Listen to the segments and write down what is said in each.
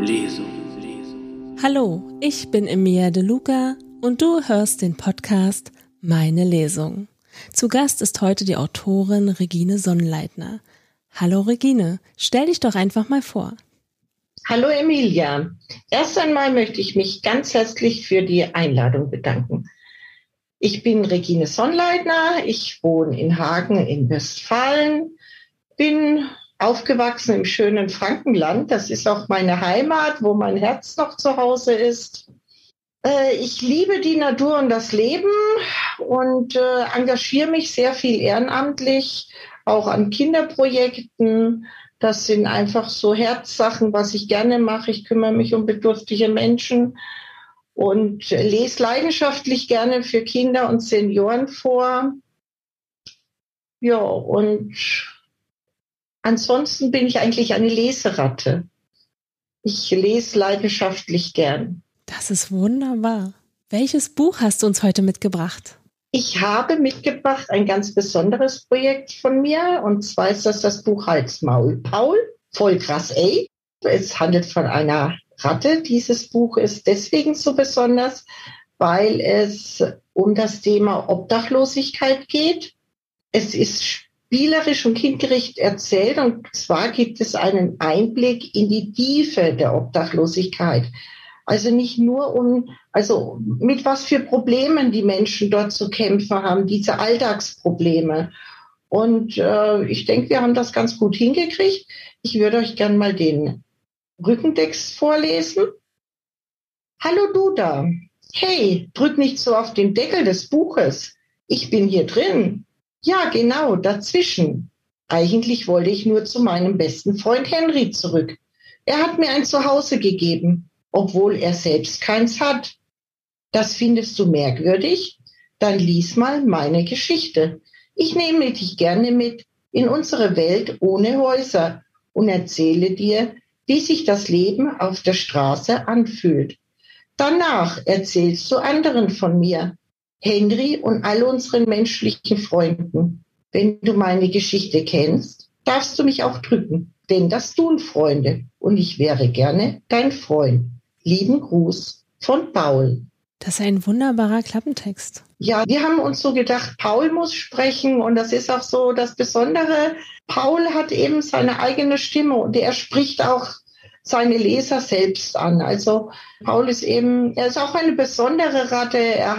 Lesung. Hallo, ich bin Emilia De Luca und du hörst den Podcast Meine Lesung. Zu Gast ist heute die Autorin Regine Sonnleitner. Hallo Regine, stell dich doch einfach mal vor. Hallo Emilia. Erst einmal möchte ich mich ganz herzlich für die Einladung bedanken. Ich bin Regine Sonnleitner, ich wohne in Hagen in Westfalen, bin aufgewachsen im schönen Frankenland. Das ist auch meine Heimat, wo mein Herz noch zu Hause ist. Ich liebe die Natur und das Leben und engagiere mich sehr viel ehrenamtlich, auch an Kinderprojekten. Das sind einfach so Herzsachen, was ich gerne mache. Ich kümmere mich um bedürftige Menschen und lese leidenschaftlich gerne für Kinder und Senioren vor. Ja, und ansonsten bin ich eigentlich eine Leseratte. Ich lese leidenschaftlich gern. Das ist wunderbar. Welches Buch hast du uns heute mitgebracht? Ich habe mitgebracht ein ganz besonderes Projekt von mir. Und zwar ist das Buch Hals, Maul, Paul. Voll krass, ey. Es handelt von einer Ratte. Dieses Buch ist deswegen so besonders, weil es um das Thema Obdachlosigkeit geht. Es ist spielerisch und kindgerecht erzählt. Und zwar gibt es einen Einblick in die Tiefe der Obdachlosigkeit. Also nicht nur mit was für Problemen die Menschen dort zu kämpfen haben, diese Alltagsprobleme. Und ich denke, wir haben das ganz gut hingekriegt. Ich würde euch gerne mal den Rückentext vorlesen. Hallo du da. Hey, drück nicht so auf den Deckel des Buches. Ich bin hier drin. Ja, genau, dazwischen. Eigentlich wollte ich nur zu meinem besten Freund Henry zurück. Er hat mir ein Zuhause gegeben, obwohl er selbst keins hat. Das findest du merkwürdig? Dann lies mal meine Geschichte. Ich nehme dich gerne mit in unsere Welt ohne Häuser und erzähle dir, wie sich das Leben auf der Straße anfühlt. Danach erzählst du anderen von mir, Henry und all unseren menschlichen Freunden. Wenn du meine Geschichte kennst, darfst du mich auch drücken, denn das tun Freunde und ich wäre gerne dein Freund. Lieben Gruß von Paul. Das ist ein wunderbarer Klappentext. Ja, wir haben uns so gedacht, Paul muss sprechen und das ist auch so das Besondere. Paul hat eben seine eigene Stimme und er spricht auch seine Leser selbst an. Also Paul ist er ist auch eine besondere Ratte.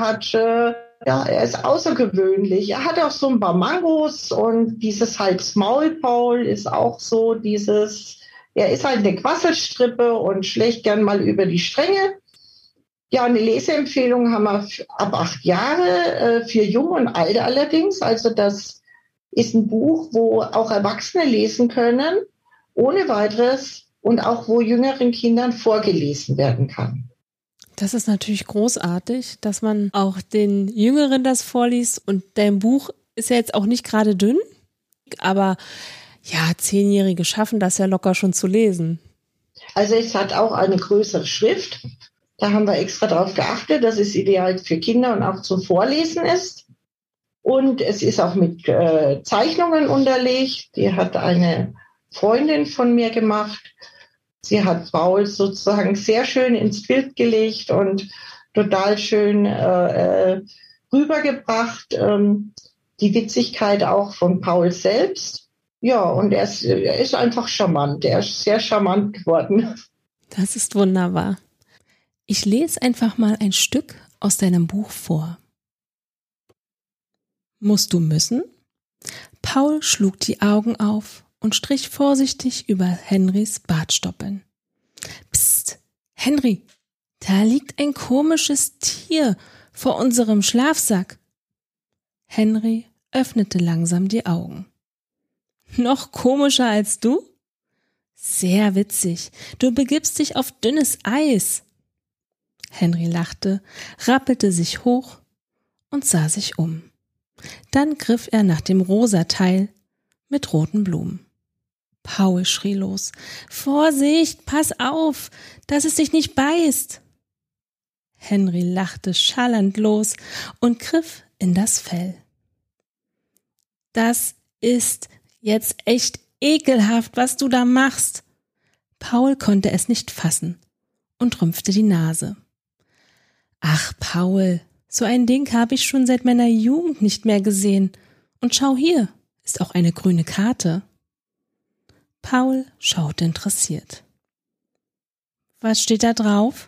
Er ist außergewöhnlich. Er hat auch so ein paar Mangos und dieses Hals-Maul-Paul ist auch so er ist halt eine Quasselstrippe und schlägt gern mal über die Stränge. Ja, eine Leseempfehlung haben wir ab 8 Jahre, für Jung und Alt allerdings. Also das ist ein Buch, wo auch Erwachsene lesen können, ohne weiteres und auch wo jüngeren Kindern vorgelesen werden kann. Das ist natürlich großartig, dass man auch den Jüngeren das vorliest und dein Buch ist ja jetzt auch nicht gerade dünn, aber ja, 10-Jährige schaffen das ja locker schon zu lesen. Also es hat auch eine größere Schrift. Da haben wir extra darauf geachtet, dass es ideal für Kinder und auch zum Vorlesen ist. Und es ist auch mit Zeichnungen unterlegt. Die hat eine Freundin von mir gemacht. Sie hat Paul sozusagen sehr schön ins Bild gelegt und total schön rübergebracht. Die Witzigkeit auch von Paul selbst. Ja, und er ist einfach charmant. Er ist sehr charmant geworden. Das ist wunderbar. Ich lese einfach mal ein Stück aus deinem Buch vor. Musst du müssen? Paul schlug die Augen auf und strich vorsichtig über Henrys Bartstoppeln. Psst, Henry, da liegt ein komisches Tier vor unserem Schlafsack. Henry öffnete langsam die Augen. Noch komischer als du? Sehr witzig, du begibst dich auf dünnes Eis. Henry lachte, rappelte sich hoch und sah sich um. Dann griff er nach dem rosa Teil mit roten Blumen. Paul schrie los. Vorsicht, pass auf, dass es dich nicht beißt. Henry lachte schallend los und griff in das Fell. Das ist jetzt echt ekelhaft, was du da machst. Paul konnte es nicht fassen und rümpfte die Nase. Ach, Paul, so ein Ding habe ich schon seit meiner Jugend nicht mehr gesehen. Und schau hier, ist auch eine grüne Karte. Paul schaute interessiert. Was steht da drauf?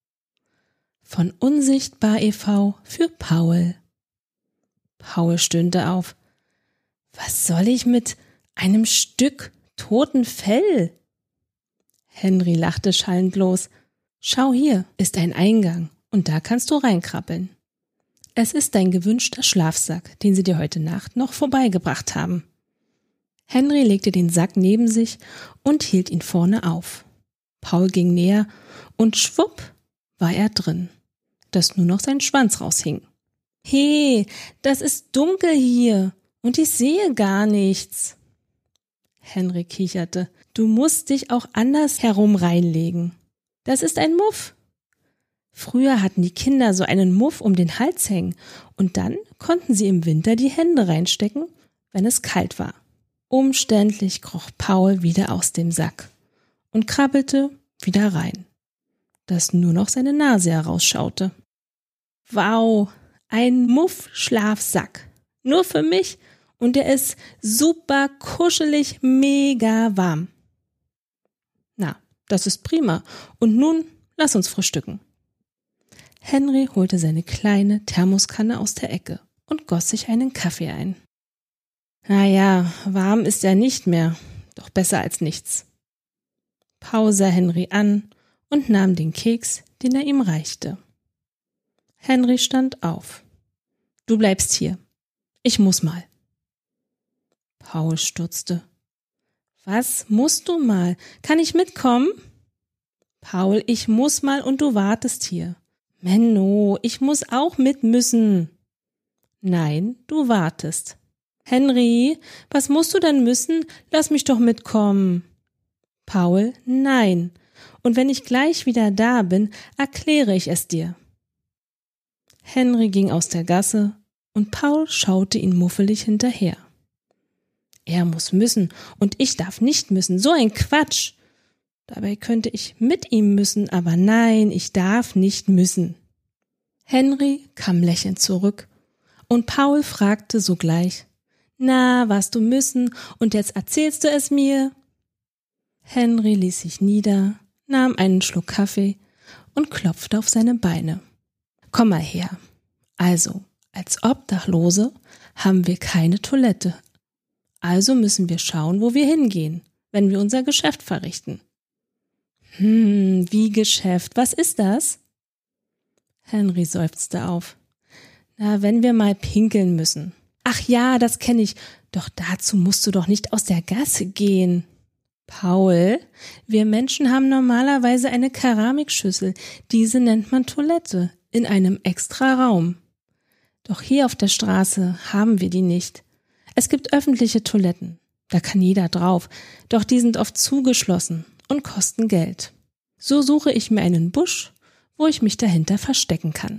Von Unsichtbar e.V. für Paul. Paul stöhnte auf. Was soll ich mit einem Stück toten Fell? Henry lachte schallend los. Schau hier, ist ein Eingang und da kannst du reinkrabbeln. Es ist dein gewünschter Schlafsack, den sie dir heute Nacht noch vorbeigebracht haben. Henry legte den Sack neben sich und hielt ihn vorne auf. Paul ging näher und schwupp war er drin, dass nur noch sein Schwanz raushing. He, das ist dunkel hier und ich sehe gar nichts. Henry kicherte. Du musst dich auch anders herum reinlegen. Das ist ein Muff. Früher hatten die Kinder so einen Muff um den Hals hängen und dann konnten sie im Winter die Hände reinstecken, wenn es kalt war. Umständlich kroch Paul wieder aus dem Sack und krabbelte wieder rein, dass nur noch seine Nase herausschaute. Wow, ein Muff-Schlafsack. Nur für mich und der ist super kuschelig, mega warm. Na, das ist prima. Und nun lass uns frühstücken. Henry holte seine kleine Thermoskanne aus der Ecke und goss sich einen Kaffee ein. Naja, warm ist er nicht mehr, doch besser als nichts. Paul sah Henry an und nahm den Keks, den er ihm reichte. Henry stand auf. Du bleibst hier. Ich muss mal. Paul stutzte. Was musst du mal? Kann ich mitkommen? Paul, ich muss mal und du wartest hier. Menno, ich muss auch mit müssen. Nein, du wartest. Henry, was musst du denn müssen? Lass mich doch mitkommen. Paul, nein. Und wenn ich gleich wieder da bin, erkläre ich es dir. Henry ging aus der Gasse und Paul schaute ihn muffelig hinterher. Er muss müssen und ich darf nicht müssen, so ein Quatsch. Dabei könnte ich mit ihm müssen, aber nein, ich darf nicht müssen. Henry kam lächelnd zurück und Paul fragte sogleich, na, warst du müssen und jetzt erzählst du es mir? Henry ließ sich nieder, nahm einen Schluck Kaffee und klopfte auf seine Beine. Komm mal her. Also, als Obdachlose haben wir keine Toilette. Also müssen wir schauen, wo wir hingehen, wenn wir unser Geschäft verrichten. Wie Geschäft? Was ist das? Henry seufzte auf. Na, wenn wir mal pinkeln müssen. Ach ja, das kenne ich. Doch dazu musst du doch nicht aus der Gasse gehen. Paul, wir Menschen haben normalerweise eine Keramikschüssel. Diese nennt man Toilette, in einem extra Raum. Doch hier auf der Straße haben wir die nicht. Es gibt öffentliche Toiletten. Da kann jeder drauf. Doch die sind oft zugeschlossen und kosten Geld. So suche ich mir einen Busch, wo ich mich dahinter verstecken kann.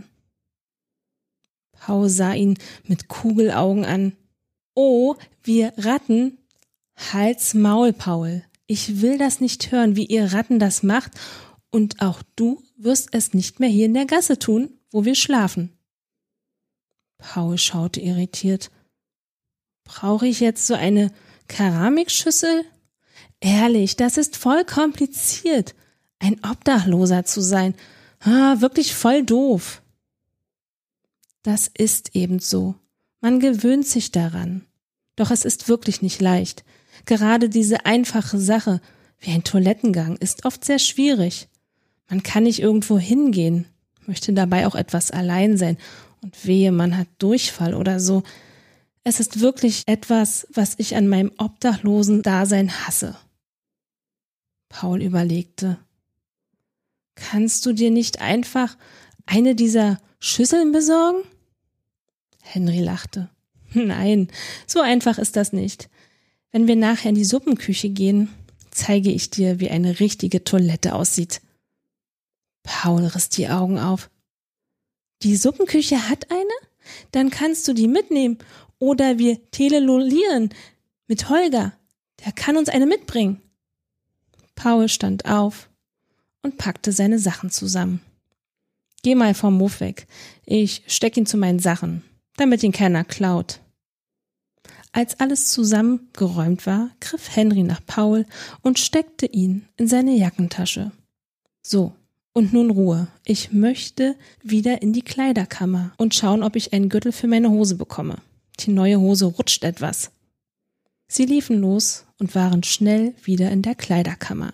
Paul sah ihn mit Kugelaugen an. Oh, wir Ratten. Halt's Maul, Paul. Ich will das nicht hören, wie ihr Ratten das macht. Und auch du wirst es nicht mehr hier in der Gasse tun, wo wir schlafen. Paul schaute irritiert. Brauche ich jetzt so eine Keramikschüssel? Ehrlich, das ist voll kompliziert, ein Obdachloser zu sein. Wirklich voll doof. Das ist eben so. Man gewöhnt sich daran. Doch es ist wirklich nicht leicht. Gerade diese einfache Sache, wie ein Toilettengang, ist oft sehr schwierig. Man kann nicht irgendwo hingehen, möchte dabei auch etwas allein sein und wehe, man hat Durchfall oder so. Es ist wirklich etwas, was ich an meinem obdachlosen Dasein hasse. Paul überlegte. Kannst du dir nicht einfach eine dieser Schüsseln besorgen? Henry lachte. Nein, so einfach ist das nicht. Wenn wir nachher in die Suppenküche gehen, zeige ich dir, wie eine richtige Toilette aussieht. Paul riss die Augen auf. Die Suppenküche hat eine? Dann kannst du die mitnehmen. Oder wir telelolieren mit Holger. Der kann uns eine mitbringen. Paul stand auf und packte seine Sachen zusammen. Geh mal vom Hof weg. Ich steck ihn zu meinen Sachen, damit ihn keiner klaut. Als alles zusammengeräumt war, griff Henry nach Paul und steckte ihn in seine Jackentasche. So, und nun Ruhe. Ich möchte wieder in die Kleiderkammer und schauen, ob ich einen Gürtel für meine Hose bekomme. Die neue Hose rutscht etwas. Sie liefen los und waren schnell wieder in der Kleiderkammer.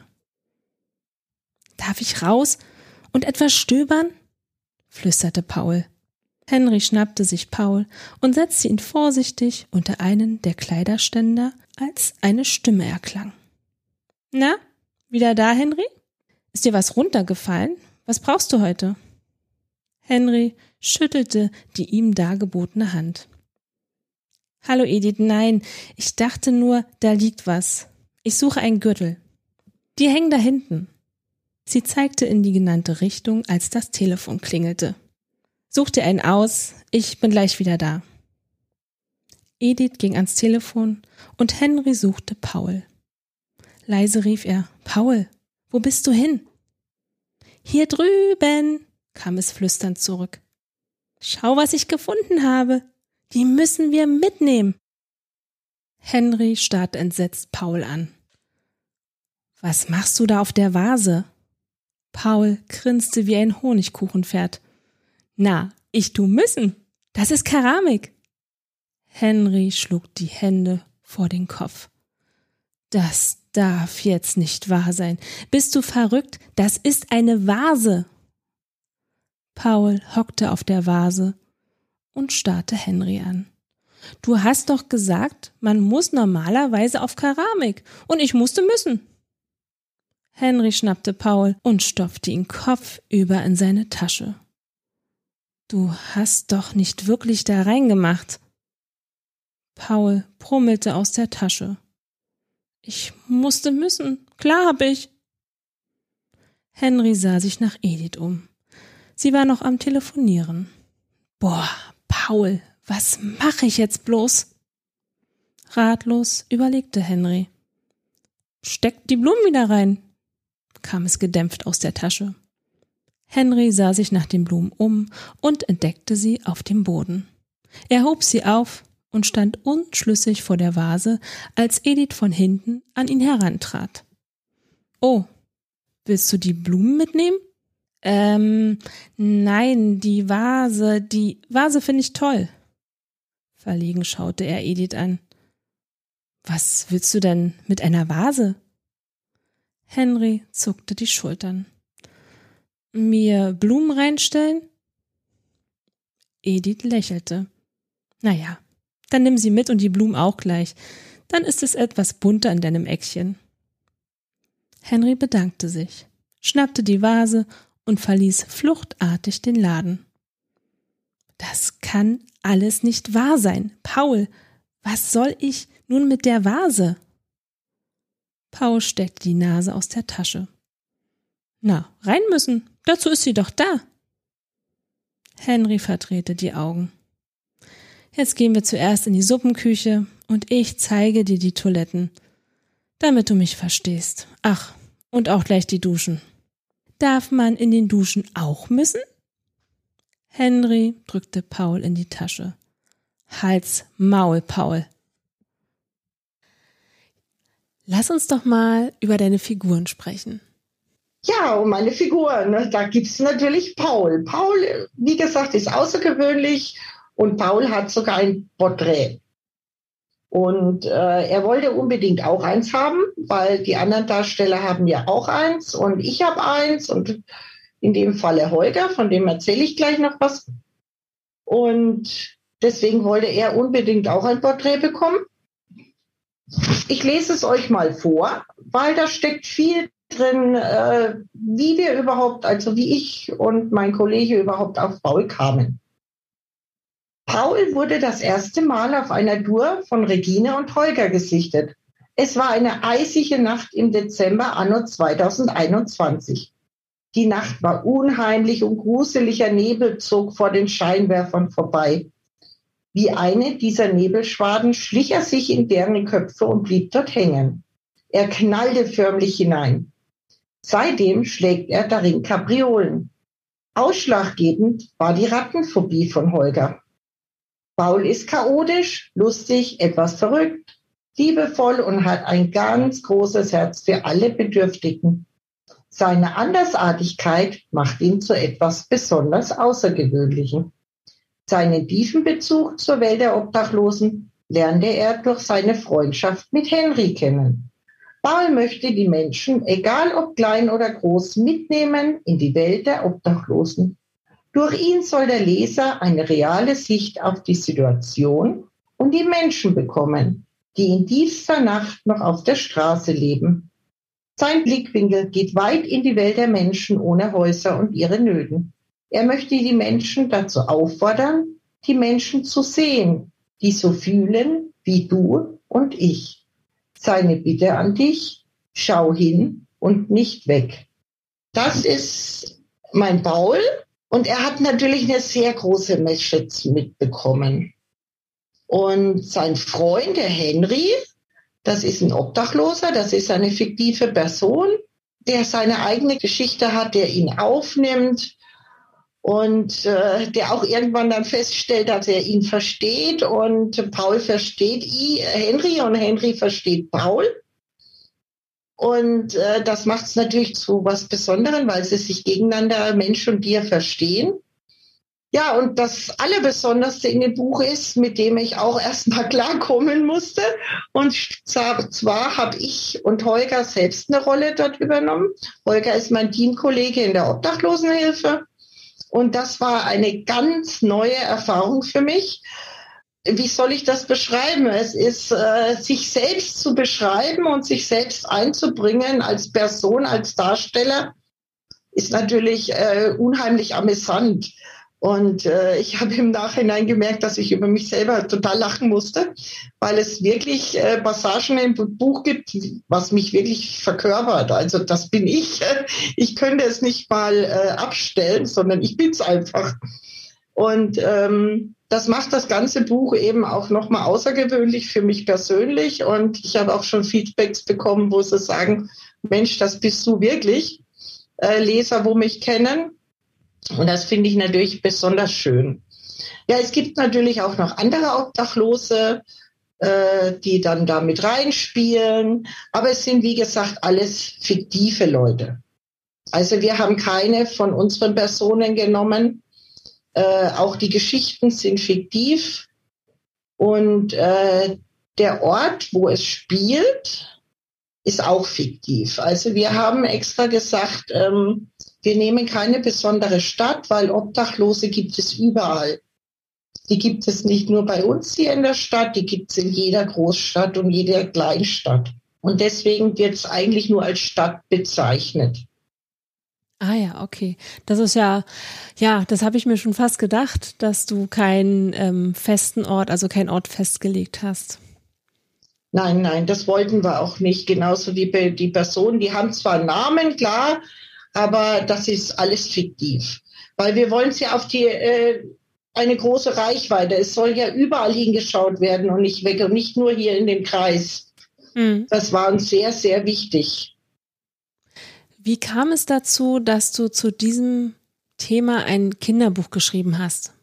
Darf ich raus und etwas stöbern? Flüsterte Paul. Henry schnappte sich Paul und setzte ihn vorsichtig unter einen der Kleiderständer, als eine Stimme erklang. Na, wieder da, Henry? Ist dir was runtergefallen? Was brauchst du heute? Henry schüttelte die ihm dargebotene Hand. Hallo Edith, nein, ich dachte nur, da liegt was. Ich suche einen Gürtel. Die hängen da hinten. Sie zeigte in die genannte Richtung, als das Telefon klingelte. Such dir einen aus, ich bin gleich wieder da. Edith ging ans Telefon und Henry suchte Paul. Leise rief er, Paul, wo bist du hin? Hier drüben, kam es flüsternd zurück. Schau, was ich gefunden habe. Die müssen wir mitnehmen. Henry starrte entsetzt Paul an. Was machst du da auf der Vase? Paul grinste wie ein Honigkuchenpferd. Na, ich tu müssen. Das ist Keramik. Henry schlug die Hände vor den Kopf. Das darf jetzt nicht wahr sein. Bist du verrückt? Das ist eine Vase. Paul hockte auf der Vase und starrte Henry an. Du hast doch gesagt, man muss normalerweise auf Keramik und ich musste müssen. Henry schnappte Paul und stopfte ihn kopfüber in seine Tasche. Du hast doch nicht wirklich da reingemacht. Paul brummelte aus der Tasche. Ich musste müssen, klar hab ich. Henry sah sich nach Edith um. Sie war noch am Telefonieren. Boah, Paul, was mache ich jetzt bloß? Ratlos überlegte Henry. Steck die Blumen wieder rein, kam es gedämpft aus der Tasche. Henry sah sich nach den Blumen um und entdeckte sie auf dem Boden. Er hob sie auf und stand unschlüssig vor der Vase, als Edith von hinten an ihn herantrat. Oh, willst du die Blumen mitnehmen? Nein, die Vase finde ich toll. Verlegen schaute er Edith an. Was willst du denn mit einer Vase? Henry zuckte die Schultern. Mir Blumen reinstellen? Edith lächelte. Naja, dann nimm sie mit und die Blumen auch gleich. Dann ist es etwas bunter in deinem Eckchen. Henry bedankte sich, schnappte die Vase und verließ fluchtartig den Laden. Das kann alles nicht wahr sein. Paul, was soll ich nun mit der Vase? Paul steckte die Nase aus der Tasche. Na, rein müssen, dazu ist sie doch da. Henry verdrehte die Augen. Jetzt gehen wir zuerst in die Suppenküche und ich zeige dir die Toiletten, damit du mich verstehst. Ach, und auch gleich die Duschen. Darf man in den Duschen auch müssen? Henry drückte Paul in die Tasche. Halt's Maul, Paul. Lass uns doch mal über deine Figuren sprechen. Ja, um meine Figuren, da gibt's natürlich Paul. Paul, wie gesagt, ist außergewöhnlich und Paul hat sogar ein Porträt. Und er wollte unbedingt auch eins haben, weil die anderen Darsteller haben ja auch eins und ich habe eins und in dem Falle Holger, von dem erzähle ich gleich noch was. Und deswegen wollte er unbedingt auch ein Porträt bekommen. Ich lese es euch mal vor, weil da steckt viel drin, wie wir überhaupt, also wie ich und mein Kollege überhaupt auf Paul kamen. Paul wurde das erste Mal auf einer Tour von Regine und Holger gesichtet. Es war eine eisige Nacht im Dezember anno 2021. Die Nacht war unheimlich und gruseliger Nebel zog vor den Scheinwerfern vorbei. Wie eine dieser Nebelschwaden schlich er sich in deren Köpfe und blieb dort hängen. Er knallte förmlich hinein. Seitdem schlägt er darin Kapriolen. Ausschlaggebend war die Rattenphobie von Holger. Paul ist chaotisch, lustig, etwas verrückt, liebevoll und hat ein ganz großes Herz für alle Bedürftigen. Seine Andersartigkeit macht ihn zu etwas besonders Außergewöhnlichem. Seinen tiefen Bezug zur Welt der Obdachlosen lernte er durch seine Freundschaft mit Henry kennen. Paul möchte die Menschen, egal ob klein oder groß, mitnehmen in die Welt der Obdachlosen. Durch ihn soll der Leser eine reale Sicht auf die Situation und die Menschen bekommen, die in tiefster Nacht noch auf der Straße leben. Sein Blickwinkel geht weit in die Welt der Menschen ohne Häuser und ihre Nöten. Er möchte die Menschen dazu auffordern, die Menschen zu sehen, die so fühlen wie du und ich. Seine Bitte an dich, schau hin und nicht weg. Das ist mein Paul. Und er hat natürlich eine sehr große Message mitbekommen. Und sein Freund, der Henry, das ist ein Obdachloser, das ist eine fiktive Person, der seine eigene Geschichte hat, der ihn aufnimmt und der auch irgendwann dann feststellt, dass er ihn versteht und Paul versteht Henry und Henry versteht Paul. Und das macht es natürlich zu was Besonderem, weil sie sich gegeneinander, Mensch und Tier, verstehen. Ja, und das Allerbesonderste in dem Buch ist, mit dem ich auch erstmal klarkommen musste. Und zwar habe ich und Holger selbst eine Rolle dort übernommen. Holger ist mein Teamkollege in der Obdachlosenhilfe. Und das war eine ganz neue Erfahrung für mich. Wie soll ich das beschreiben? Es ist, sich selbst zu beschreiben und sich selbst einzubringen als Person, als Darsteller, ist natürlich unheimlich amüsant. Und ich habe im Nachhinein gemerkt, dass ich über mich selber total lachen musste, weil es wirklich Passagen im Buch gibt, was mich wirklich verkörpert. Also das bin ich. Ich könnte es nicht mal abstellen, sondern ich bin's einfach. Und das macht das ganze Buch eben auch nochmal außergewöhnlich für mich persönlich. Und ich habe auch schon Feedbacks bekommen, wo sie sagen, Mensch, das bist du wirklich. Leser, wo mich kennen. Und das finde ich natürlich besonders schön. Ja, es gibt natürlich auch noch andere Obdachlose, die dann da mit reinspielen. Aber es sind, wie gesagt, alles fiktive Leute. Also wir haben keine von unseren Personen genommen. Auch die Geschichten sind fiktiv. Und der Ort, wo es spielt, ist auch fiktiv. Also wir haben extra gesagt, wir nehmen keine besondere Stadt, weil Obdachlose gibt es überall. Die gibt es nicht nur bei uns hier in der Stadt, die gibt es in jeder Großstadt und jeder Kleinstadt. Und deswegen wird es eigentlich nur als Stadt bezeichnet. Ah ja, okay. Das ist ja, das habe ich mir schon fast gedacht, dass du keinen festen Ort, also keinen Ort festgelegt hast. Nein, das wollten wir auch nicht. Genauso wie die Personen, die haben zwar Namen, klar, aber das ist alles fiktiv. Weil wir wollen es ja auf eine große Reichweite. Es soll ja überall hingeschaut werden und nicht weg und nicht nur hier in dem Kreis. Mhm. Das war uns sehr, sehr wichtig. Wie kam es dazu, dass du zu diesem Thema ein Kinderbuch geschrieben hast?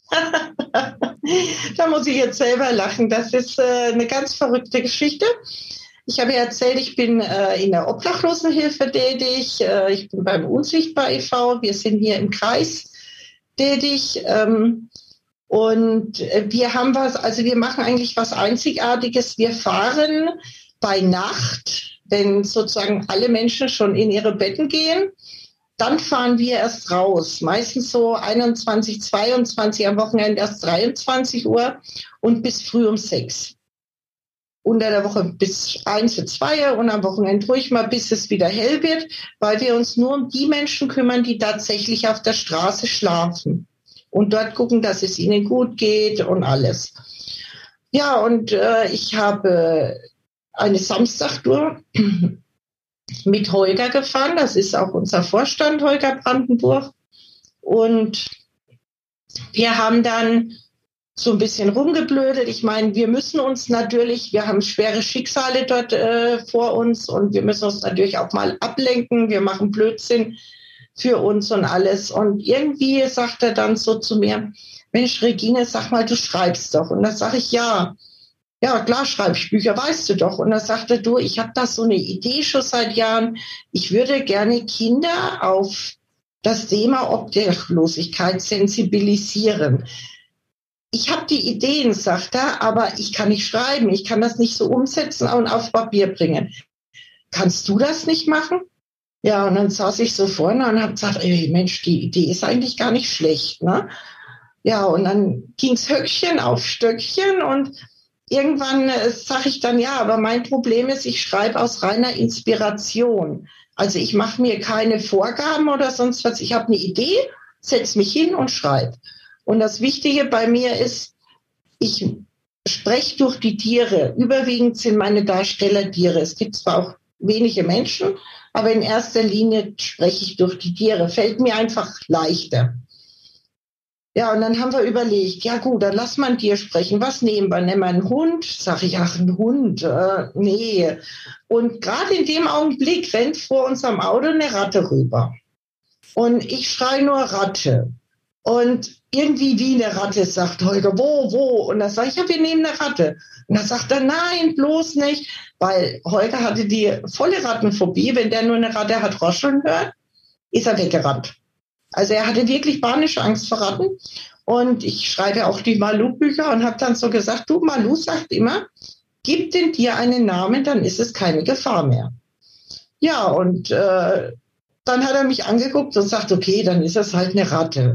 Da muss ich jetzt selber lachen. Das ist eine ganz verrückte Geschichte. Ich habe ja erzählt, ich bin in der Obdachlosenhilfe tätig. Ich bin beim Unsichtbar e.V. Wir sind hier im Kreis tätig. Und wir machen eigentlich was Einzigartiges. Wir fahren bei Nacht, wenn sozusagen alle Menschen schon in ihre Betten gehen, dann fahren wir erst raus. Meistens so 21, 22, am Wochenende erst 23 Uhr und bis früh um 6. Unter der Woche bis 1, 2 und am Wochenende ruhig mal, bis es wieder hell wird, weil wir uns nur um die Menschen kümmern, die tatsächlich auf der Straße schlafen. Und dort gucken, dass es ihnen gut geht und alles. Ja, und ich habe eine Samstagtour mit Holger gefahren. Das ist auch unser Vorstand, Holger Brandenburg. Und wir haben dann so ein bisschen rumgeblödelt. Ich meine, wir haben schwere Schicksale dort vor uns und wir müssen uns natürlich auch mal ablenken. Wir machen Blödsinn für uns und alles. Und irgendwie sagt er dann so zu mir, Mensch, Regine, sag mal, du schreibst doch. Und dann sage ich, ja, klar schreibe ich Bücher, weißt du doch. Und dann sagte er, du, ich habe da so eine Idee schon seit Jahren. Ich würde gerne Kinder auf das Thema Obdachlosigkeit sensibilisieren. Ich habe die Ideen, sagt er, aber ich kann nicht schreiben. Ich kann das nicht so umsetzen und auf Papier bringen. Kannst du das nicht machen? Ja, und dann saß ich so vorne und habe gesagt, ey, Mensch, die Idee ist eigentlich gar nicht schlecht, ne? Ja, und dann ging's Höckchen auf Stöckchen und irgendwann sage ich dann, ja, aber mein Problem ist, ich schreibe aus reiner Inspiration. Also ich mache mir keine Vorgaben oder sonst was. Ich habe eine Idee, setze mich hin und schreibe. Und das Wichtige bei mir ist, ich spreche durch die Tiere. Überwiegend sind meine Darsteller Tiere. Es gibt zwar auch wenige Menschen, aber in erster Linie spreche ich durch die Tiere. Fällt mir einfach leichter. Ja, und dann haben wir überlegt, ja gut, dann lass mal ein Tier sprechen. Was nehmen wir? Nehmen wir einen Hund? Sag ich, ach, ein Hund? Nee. Und gerade in dem Augenblick rennt vor unserem Auto eine Ratte rüber. Und ich schreie nur Ratte. Und irgendwie wie eine Ratte, sagt Holger, wo? Und dann sage ich, ja, wir nehmen eine Ratte. Und dann sagt er, nein, bloß nicht. Weil Holger hatte die volle Rattenphobie. Wenn der nur eine Ratte hat rascheln hört, ist er weggerannt. Also er hatte wirklich panische Angst vor Ratten. Und ich schreibe auch die Malou-Bücher und habe dann so gesagt, du, Malou sagt immer, gib dem Tier einen Namen, dann ist es keine Gefahr mehr. Ja, und dann hat er mich angeguckt und sagt, okay, dann ist es halt eine Ratte.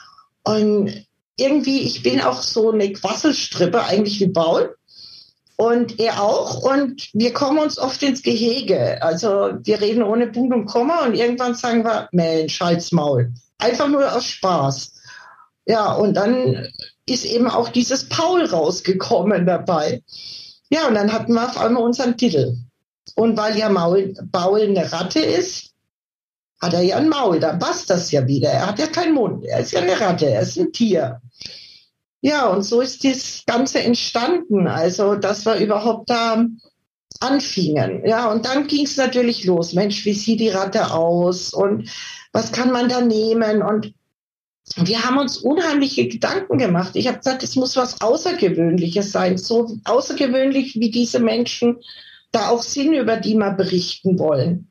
Und irgendwie, ich bin auch so eine Quasselstrippe, eigentlich wie Paul. Und er auch. Und wir kommen uns oft ins Gehege. Also wir reden ohne Punkt und Komma und irgendwann sagen wir, Mensch, halt's Maul. Einfach nur aus Spaß. Ja, und dann ist eben auch dieses Paul rausgekommen dabei. Ja, und dann hatten wir auf einmal unseren Titel. Und weil ja Paul eine Ratte ist, hat er ja ein Maul. Dann passt das ja wieder. Er hat ja keinen Mund. Er ist ja eine Ratte. Er ist ein Tier. Ja, und so ist das Ganze entstanden. Also, dass wir überhaupt da anfingen. Ja, und dann ging es natürlich los. Mensch, wie sieht die Ratte aus? Und was kann man da nehmen? Und wir haben uns unheimliche Gedanken gemacht. Ich habe gesagt, es muss was Außergewöhnliches sein. So außergewöhnlich, wie diese Menschen da auch sind, über die wir berichten wollen.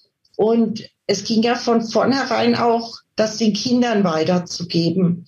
Und es ging ja von vornherein auch, das den Kindern weiterzugeben.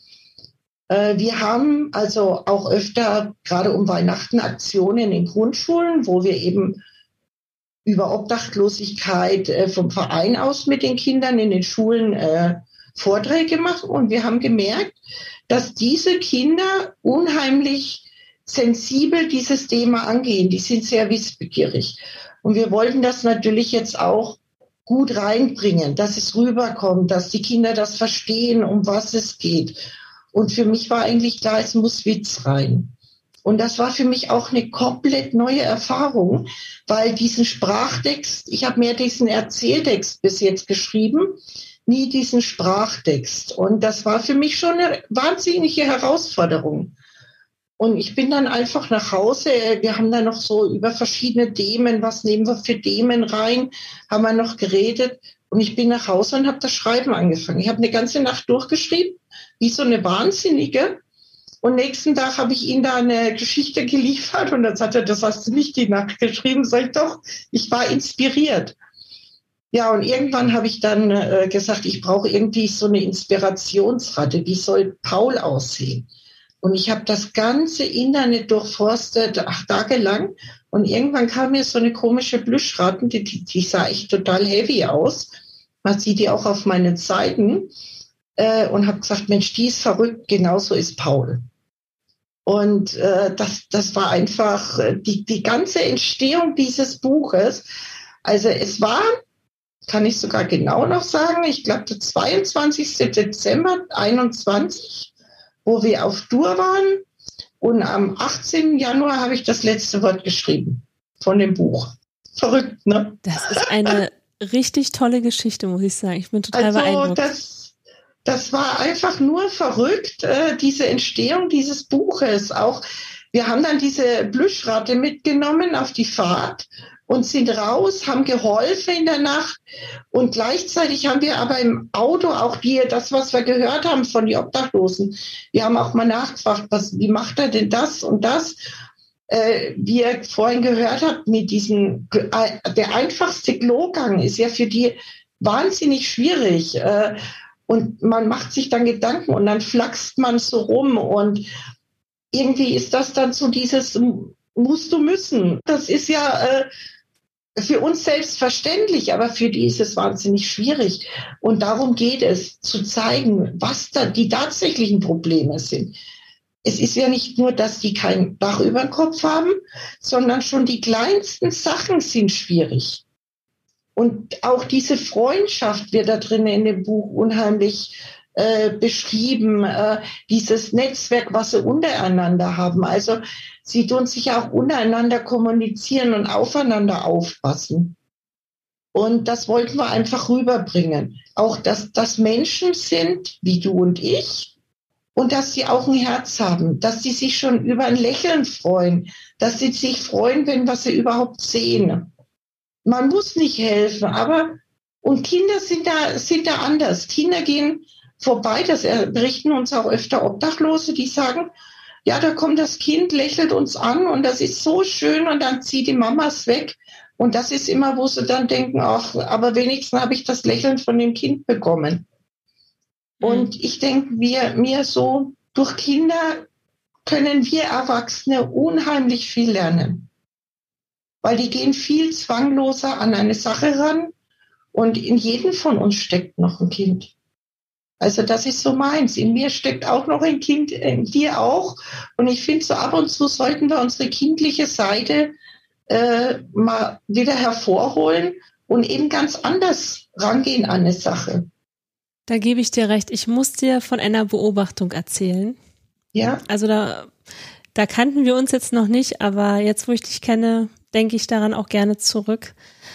Wir haben also auch öfter, gerade um Weihnachten, Aktionen in Grundschulen, wo wir eben über Obdachlosigkeit vom Verein aus mit den Kindern in den Schulen Vorträge machen. Und wir haben gemerkt, dass diese Kinder unheimlich sensibel dieses Thema angehen. Die sind sehr wissbegierig. Und wir wollten das natürlich jetzt auch gut reinbringen, dass es rüberkommt, dass die Kinder das verstehen, um was es geht. Und für mich war eigentlich klar, es muss Witz rein. Und das war für mich auch eine komplett neue Erfahrung, weil diesen Sprachtext, ich habe mehr diesen Erzähltext bis jetzt geschrieben, nie diesen Sprachtext. Und das war für mich schon eine wahnsinnige Herausforderung. Und ich bin dann einfach nach Hause, wir haben da noch so über verschiedene Themen, was nehmen wir für Themen rein, haben wir noch geredet. Und ich bin nach Hause und habe das Schreiben angefangen. Ich habe eine ganze Nacht durchgeschrieben, wie so eine Wahnsinnige. Und nächsten Tag habe ich ihm da eine Geschichte geliefert und dann sagt er, das hast du nicht die Nacht geschrieben. Sag ich, doch, ich war inspiriert. Ja, und irgendwann habe ich dann gesagt, ich brauche irgendwie so eine Inspirationsratte. Wie soll Paul aussehen? Und ich habe das ganze Internet durchforstet, 8 Tage lang. Und irgendwann kam mir so eine komische Plüschratte, die sah echt total heavy aus. Man sieht die auch auf meinen Seiten. Und habe gesagt, Mensch, die ist verrückt, genauso ist Paul. Und das war einfach die ganze Entstehung dieses Buches. Also es war, kann ich sogar genau noch sagen, ich glaube der 22. Dezember 21, wo wir auf Tour waren. Und am 18. Januar habe ich das letzte Wort geschrieben von dem Buch. Verrückt, ne? Das ist eine richtig tolle Geschichte, muss ich sagen. Ich bin total beeindruckt. Das war einfach nur verrückt, diese Entstehung dieses Buches. Auch wir haben dann diese Plüschratte mitgenommen auf die Fahrt und sind raus, haben geholfen in der Nacht. Und gleichzeitig haben wir aber im Auto auch das, was wir gehört haben von den Obdachlosen. Wir haben auch mal nachgefragt, wie macht er denn das und das? Wie ihr vorhin gehört habt, mit diesem, der einfachste Klogang ist ja für die wahnsinnig schwierig. Und man macht sich dann Gedanken und dann flaxt man so rum und irgendwie ist das dann so dieses musst du müssen. Das ist ja für uns selbstverständlich, aber für die ist es wahnsinnig schwierig. Und darum geht es, zu zeigen, was da die tatsächlichen Probleme sind. Es ist ja nicht nur, dass die kein Dach über dem Kopf haben, sondern schon die kleinsten Sachen sind schwierig. Und auch diese Freundschaft wird da drin in dem Buch unheimlich beschrieben, dieses Netzwerk, was sie untereinander haben. Also sie tun sich auch untereinander kommunizieren und aufeinander aufpassen. Und das wollten wir einfach rüberbringen. Auch, dass das Menschen sind, wie du und ich, und dass sie auch ein Herz haben, dass sie sich schon über ein Lächeln freuen, dass sie sich freuen, wenn wir sie überhaupt sehen. Man muss nicht helfen, und Kinder sind da anders. Kinder gehen vorbei, das berichten uns auch öfter Obdachlose, die sagen, ja, da kommt das Kind, lächelt uns an und das ist so schön und dann zieht die Mama es weg. Und das ist immer, wo sie dann denken, ach, aber wenigstens habe ich das Lächeln von dem Kind bekommen. Und ich denke, mir so, durch Kinder können wir Erwachsene unheimlich viel lernen. Weil die gehen viel zwangloser an eine Sache ran und in jedem von uns steckt noch ein Kind. Also das ist so meins. In mir steckt auch noch ein Kind, in dir auch. Und ich finde, so ab und zu sollten wir unsere kindliche Seite mal wieder hervorholen und eben ganz anders rangehen an eine Sache. Da gebe ich dir recht. Ich muss dir von einer Beobachtung erzählen. Ja. Also da kannten wir uns jetzt noch nicht, aber jetzt, wo ich dich kenne, denke ich daran auch gerne zurück.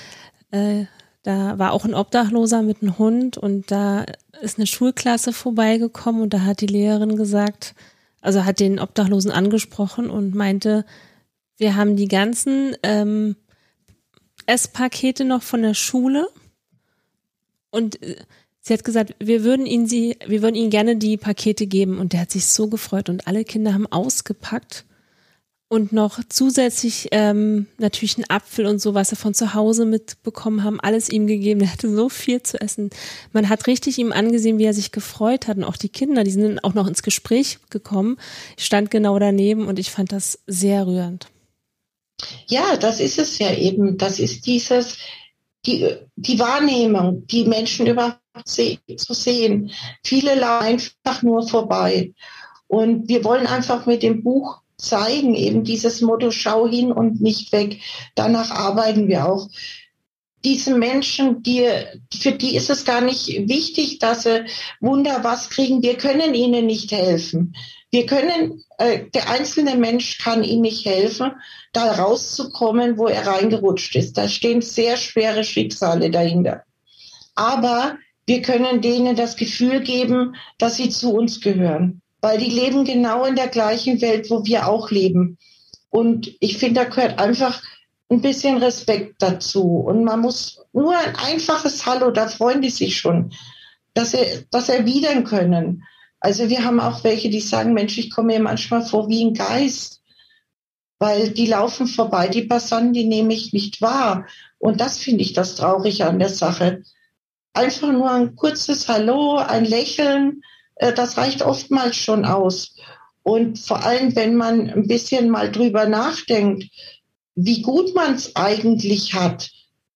Da war auch ein Obdachloser mit einem Hund und da ist eine Schulklasse vorbeigekommen und da hat die Lehrerin gesagt, also hat den Obdachlosen angesprochen und meinte, wir haben die ganzen Esspakete noch von der Schule und sie hat gesagt, wir würden Ihnen gerne die Pakete geben und der hat sich so gefreut und alle Kinder haben ausgepackt und noch zusätzlich natürlich einen Apfel und so, was sie von zu Hause mitbekommen haben, alles ihm gegeben. Der hatte so viel zu essen. Man hat richtig ihm angesehen, wie er sich gefreut hat und auch die Kinder, die sind dann auch noch ins Gespräch gekommen. Ich stand genau daneben und ich fand das sehr rührend. Ja, das ist es ja eben. Das ist die Wahrnehmung, die Menschen überhaupt zu sehen. Viele laufen einfach nur vorbei. Und wir wollen einfach mit dem Buch zeigen, eben dieses Motto, schau hin und nicht weg. Danach arbeiten wir auch. Diese Menschen, für die ist es gar nicht wichtig, dass sie was kriegen. Wir können ihnen nicht helfen. Der einzelne Mensch kann ihnen nicht helfen, da rauszukommen, wo er reingerutscht ist. Da stehen sehr schwere Schicksale dahinter. Aber wir können denen das Gefühl geben, dass sie zu uns gehören. Weil die leben genau in der gleichen Welt, wo wir auch leben. Und ich finde, da gehört einfach ein bisschen Respekt dazu. Und man muss nur ein einfaches Hallo, da freuen die sich schon, dass sie das erwidern können. Also wir haben auch welche, die sagen, Mensch, ich komme mir manchmal vor wie ein Geist. Weil die laufen vorbei, die Passanten, die nehme ich nicht wahr. Und das finde ich das Traurige an der Sache. Einfach nur ein kurzes Hallo, ein Lächeln, das reicht oftmals schon aus. Und vor allem, wenn man ein bisschen mal drüber nachdenkt, wie gut man es eigentlich hat,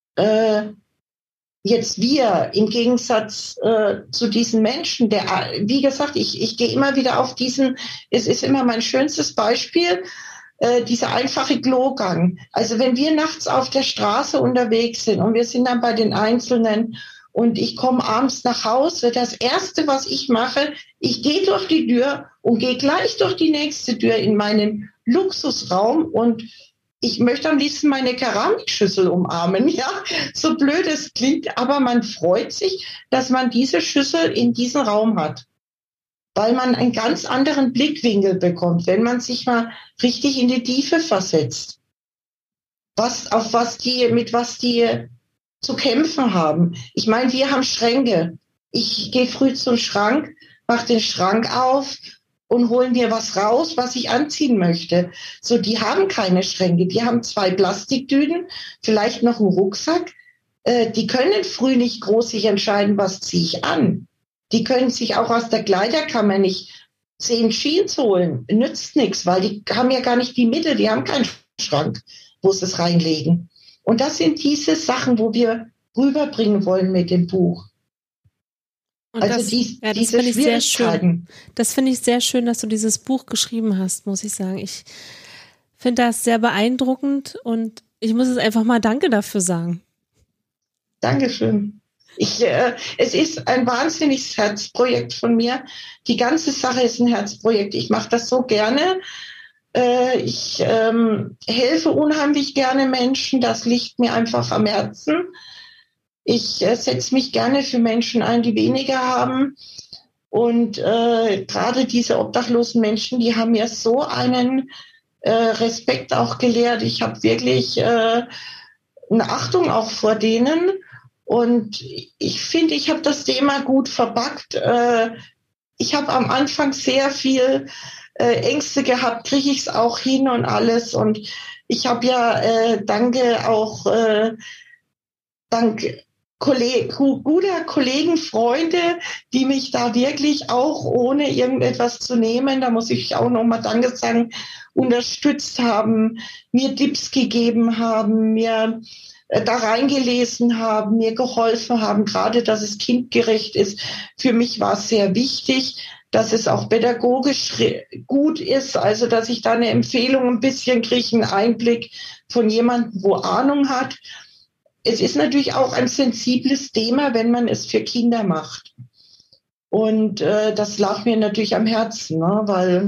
jetzt wir im Gegensatz zu diesen Menschen, wie gesagt, ich gehe immer wieder auf es ist immer mein schönstes Beispiel, dieser einfache Klogang. Also wenn wir nachts auf der Straße unterwegs sind und wir sind dann bei den Einzelnen und ich komme abends nach Hause, das Erste, was ich mache, ich gehe durch die Tür und gehe gleich durch die nächste Tür in meinen Luxusraum und ich möchte am liebsten meine Keramikschüssel umarmen, ja, so blöd es klingt, aber man freut sich, dass man diese Schüssel in diesem Raum hat, weil man einen ganz anderen Blickwinkel bekommt, wenn man sich mal richtig in die Tiefe versetzt. Mit was die zu kämpfen haben. Ich meine, wir haben Schränke. Ich gehe früh zum Schrank, mache den Schrank auf und hole mir was raus, was ich anziehen möchte. So, die haben keine Schränke. Die haben 2 Plastiktüten, vielleicht noch einen Rucksack. Die können früh nicht groß sich entscheiden, was ziehe ich an. Die können sich auch aus der Kleiderkammer nicht 10 Jeans holen. Nützt nichts, weil die haben ja gar nicht die Mitte. Die haben keinen Schrank, wo sie es reinlegen. Und das sind diese Sachen, wo wir rüberbringen wollen mit dem Buch. Und also das diese finde ich sehr schön. Das finde ich sehr schön, dass du dieses Buch geschrieben hast, muss ich sagen. Ich finde das sehr beeindruckend und ich muss es einfach mal Danke dafür sagen. Dankeschön. Es ist ein wahnsinniges Herzprojekt von mir. Die ganze Sache ist ein Herzprojekt. Ich mache das so gerne. Ich helfe unheimlich gerne Menschen. Das liegt mir einfach am Herzen. Ich setze mich gerne für Menschen ein, die weniger haben. Und gerade diese obdachlosen Menschen, die haben mir so einen Respekt auch gelehrt. Ich habe wirklich eine Achtung auch vor denen. Und ich finde, ich habe das Thema gut verpackt. Ich habe am Anfang sehr viel Ängste gehabt, kriege ich es auch hin und alles. Und ich habe ja dank guter Kollegen, Freunde, die mich da wirklich auch ohne irgendetwas zu nehmen, da muss ich auch nochmal Danke sagen, unterstützt haben, mir Tipps gegeben haben, mir da reingelesen haben, mir geholfen haben, gerade dass es kindgerecht ist. Für mich war es sehr wichtig, dass es auch pädagogisch gut ist, also dass ich da eine Empfehlung ein bisschen kriege, einen Einblick von jemandem, wo Ahnung hat. Es ist natürlich auch ein sensibles Thema, wenn man es für Kinder macht. Und das lag mir natürlich am Herzen, ne? Weil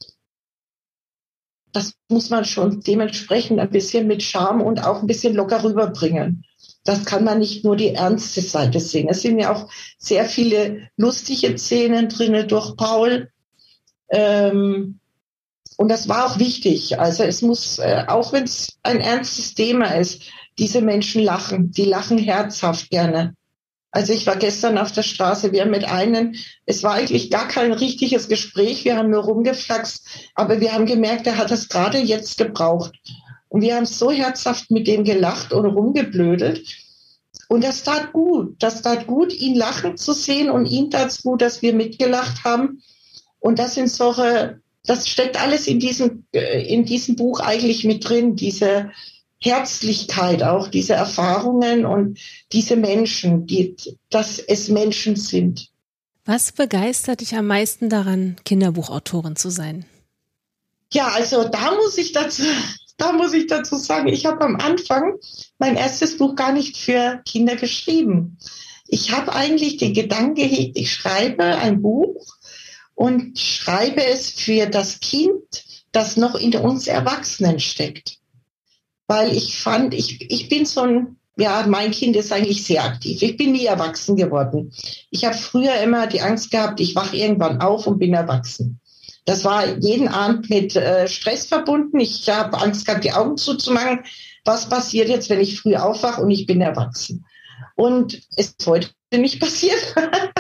das muss man schon dementsprechend ein bisschen mit Charme und auch ein bisschen locker rüberbringen. Das kann man nicht nur die ernste Seite sehen. Es sind ja auch sehr viele lustige Szenen drin durch Paul. Und das war auch wichtig. Also es muss, auch wenn es ein ernstes Thema ist, diese Menschen lachen. Die lachen herzhaft gerne. Also ich war gestern auf der Straße, es war eigentlich gar kein richtiges Gespräch, wir haben nur rumgeflaxt, aber wir haben gemerkt, er hat das gerade jetzt gebraucht. Und wir haben so herzhaft mit dem gelacht und rumgeblödelt. Und das tat gut, ihn lachen zu sehen, und ihm tat es gut, dass wir mitgelacht haben. Und das steckt alles in diesem Buch eigentlich mit drin, diese Herzlichkeit, auch diese Erfahrungen und diese Menschen, dass es Menschen sind. Was begeistert dich am meisten daran, Kinderbuchautorin zu sein? Ja, also da muss ich dazu sagen, ich habe am Anfang mein erstes Buch gar nicht für Kinder geschrieben. Ich habe eigentlich den Gedanken gehegt, ich schreibe ein Buch und schreibe es für das Kind, das noch in uns Erwachsenen steckt. Weil ich fand, ich bin mein Kind ist eigentlich sehr aktiv. Ich bin nie erwachsen geworden. Ich habe früher immer die Angst gehabt, ich wache irgendwann auf und bin erwachsen. Das war jeden Abend mit Stress verbunden. Ich habe Angst gehabt, die Augen zuzumachen. Was passiert jetzt, wenn ich früh aufwache und ich bin erwachsen? Und es ist heute nicht passiert.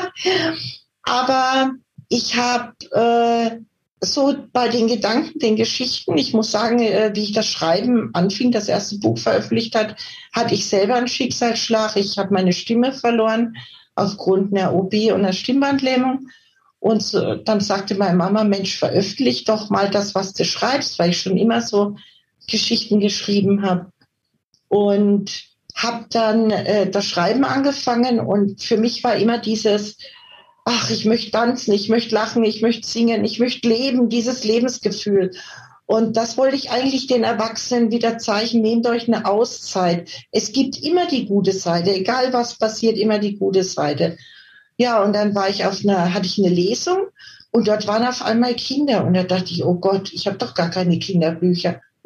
Aber ich habe so bei den Gedanken, den Geschichten, ich muss sagen, wie ich das Schreiben anfing, das erste Buch veröffentlicht hat, hatte ich selber einen Schicksalsschlag. Ich habe meine Stimme verloren aufgrund einer OP und einer Stimmbandlähmung. Und dann sagte meine Mama, Mensch, veröffentlich doch mal das, was du schreibst, weil ich schon immer so Geschichten geschrieben habe. Und habe dann das Schreiben angefangen, und für mich war immer dieses, ich möchte tanzen, ich möchte lachen, ich möchte singen, ich möchte leben, dieses Lebensgefühl. Und das wollte ich eigentlich den Erwachsenen wieder zeigen, nehmt euch eine Auszeit. Es gibt immer die gute Seite, egal was passiert, immer die gute Seite. Ja, und dann hatte ich eine Lesung, und dort waren auf einmal Kinder, und da dachte ich, oh Gott, ich habe doch gar keine Kinderbücher.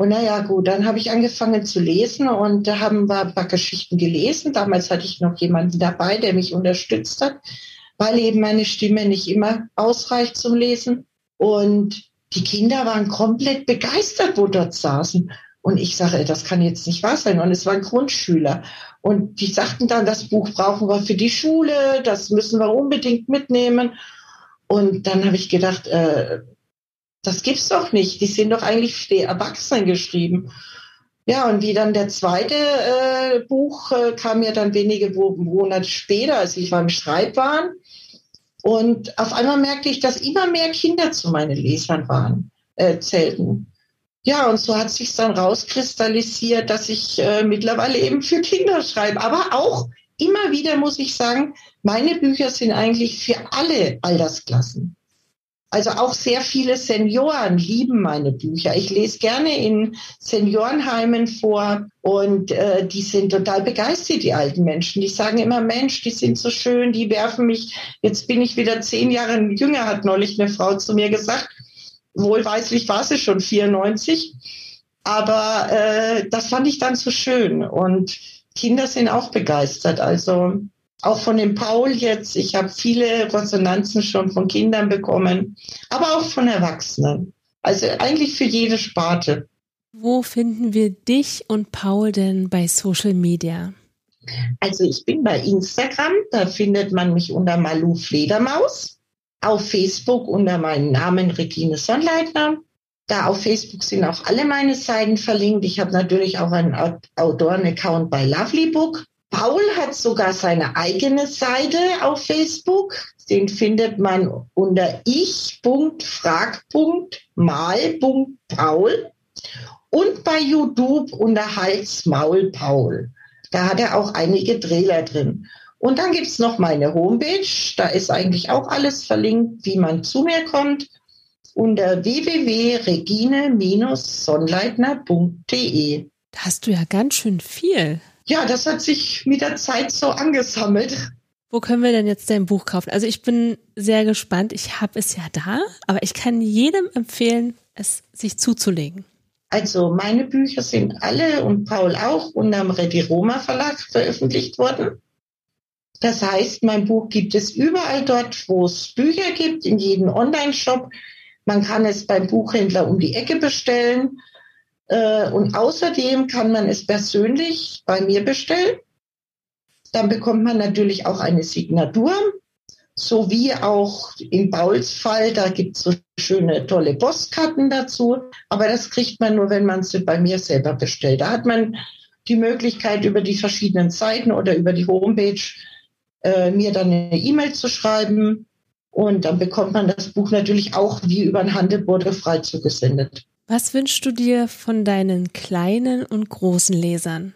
Und naja, gut, dann habe ich angefangen zu lesen und da haben wir ein paar Geschichten gelesen. Damals hatte ich noch jemanden dabei, der mich unterstützt hat, weil eben meine Stimme nicht immer ausreicht zum Lesen. Und die Kinder waren komplett begeistert, wo dort saßen. Und ich sage, das kann jetzt nicht wahr sein. Und es waren Grundschüler. Und die sagten dann, das Buch brauchen wir für die Schule, das müssen wir unbedingt mitnehmen. Und dann habe ich gedacht, das gibt's doch nicht. Die sind doch eigentlich für die Erwachsenen geschrieben. Ja, und wie dann der zweite Buch kam ja dann wenige Monate später, als ich beim Schreibwahn. Und auf einmal merkte ich, dass immer mehr Kinder zu meinen Lesern zählten. Ja, und so hat sich dann rauskristallisiert, dass ich mittlerweile eben für Kinder schreibe. Aber auch immer wieder muss ich sagen, meine Bücher sind eigentlich für alle Altersklassen. Also auch sehr viele Senioren lieben meine Bücher. Ich lese gerne in Seniorenheimen vor und die sind total begeistert, die alten Menschen. Die sagen immer, Mensch, die sind so schön, die werfen mich, jetzt bin ich wieder 10 Jahre jünger, hat neulich eine Frau zu mir gesagt. Wohlweislich war sie schon 94, aber das fand ich dann so schön und Kinder sind auch begeistert, also auch von dem Paul jetzt. Ich habe viele Resonanzen schon von Kindern bekommen, aber auch von Erwachsenen, also eigentlich für jede Sparte. Wo finden wir dich und Paul denn bei Social Media? Also ich bin bei Instagram, da findet man mich unter Malu Fledermaus. Auf Facebook unter meinem Namen Regine Sonnleitner. Da auf Facebook sind auch alle meine Seiten verlinkt. Ich habe natürlich auch einen Autoren-Account bei Lovelybook. Paul hat sogar seine eigene Seite auf Facebook. Den findet man unter ich.frag.mal.paul und bei YouTube unter Hals-Maul Paul. Da hat er auch einige Trailer drin. Und dann gibt's noch meine Homepage, da ist eigentlich auch alles verlinkt, wie man zu mir kommt, unter www.regine-sonnleitner.de. Da hast du ja ganz schön viel. Ja, das hat sich mit der Zeit so angesammelt. Wo können wir denn jetzt dein Buch kaufen? Also ich bin sehr gespannt, ich habe es ja da, aber ich kann jedem empfehlen, es sich zuzulegen. Also meine Bücher sind alle und Paul auch unterm Rediroma Verlag veröffentlicht worden. Das heißt, mein Buch gibt es überall dort, wo es Bücher gibt, in jedem Online-Shop. Man kann es beim Buchhändler um die Ecke bestellen. Und außerdem kann man es persönlich bei mir bestellen. Dann bekommt man natürlich auch eine Signatur, sowie auch in Pauls Fall, da gibt es so schöne, tolle Postkarten dazu. Aber das kriegt man nur, wenn man sie bei mir selber bestellt. Da hat man die Möglichkeit, über die verschiedenen Seiten oder über die Homepage mir dann eine E-Mail zu schreiben und dann bekommt man das Buch natürlich auch wie über ein Handelbote frei zugesendet. Was wünschst du dir von deinen kleinen und großen Lesern?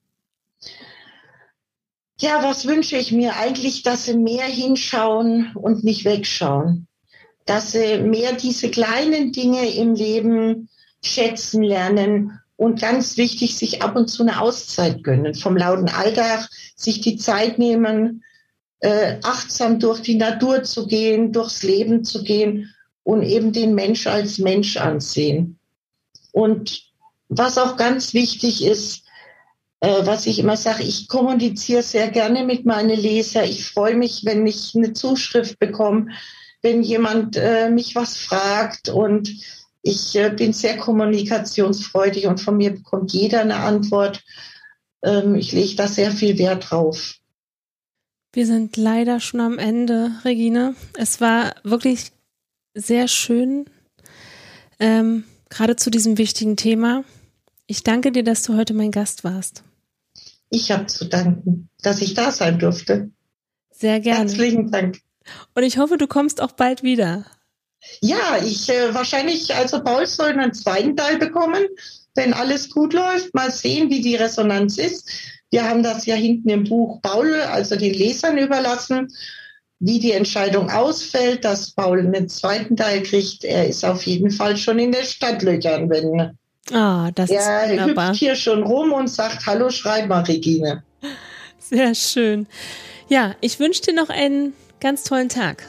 Ja, was wünsche ich mir eigentlich, dass sie mehr hinschauen und nicht wegschauen, dass sie mehr diese kleinen Dinge im Leben schätzen lernen und ganz wichtig, sich ab und zu eine Auszeit gönnen vom lauten Alltag, sich die Zeit nehmen, achtsam durch die Natur zu gehen, durchs Leben zu gehen und eben den Mensch als Mensch ansehen. Und was auch ganz wichtig ist, was ich immer sage, ich kommuniziere sehr gerne mit meinen Lesern. Ich freue mich, wenn ich eine Zuschrift bekomme, wenn jemand mich was fragt und ich bin sehr kommunikationsfreudig und von mir bekommt jeder eine Antwort. Ich lege da sehr viel Wert drauf. Wir sind leider schon am Ende, Regine. Es war wirklich sehr schön, gerade zu diesem wichtigen Thema. Ich danke dir, dass du heute mein Gast warst. Ich habe zu danken, dass ich da sein durfte. Sehr gerne. Herzlichen Dank. Und ich hoffe, du kommst auch bald wieder. Ja, ich wahrscheinlich, also Paul soll einen zweiten Teil bekommen, wenn alles gut läuft. Mal sehen, wie die Resonanz ist. Wir haben das ja hinten im Buch Paul, also den Lesern überlassen, wie die Entscheidung ausfällt, dass Paul einen zweiten Teil kriegt. Er ist auf jeden Fall schon in den Stadtlöchern, wenn das ist wunderbar. Er hüpft hier schon rum und sagt, hallo, schreib mal, Regine. Sehr schön. Ja, ich wünsche dir noch einen ganz tollen Tag.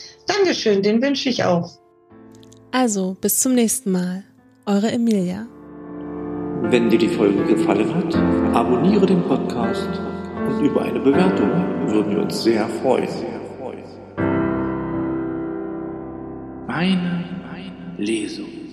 Dankeschön, den wünsche ich auch. Also, bis zum nächsten Mal. Eure Emilia. Wenn dir die Folge gefallen hat, abonniere den Podcast und über eine Bewertung würden wir uns sehr freuen. Meine Lesung.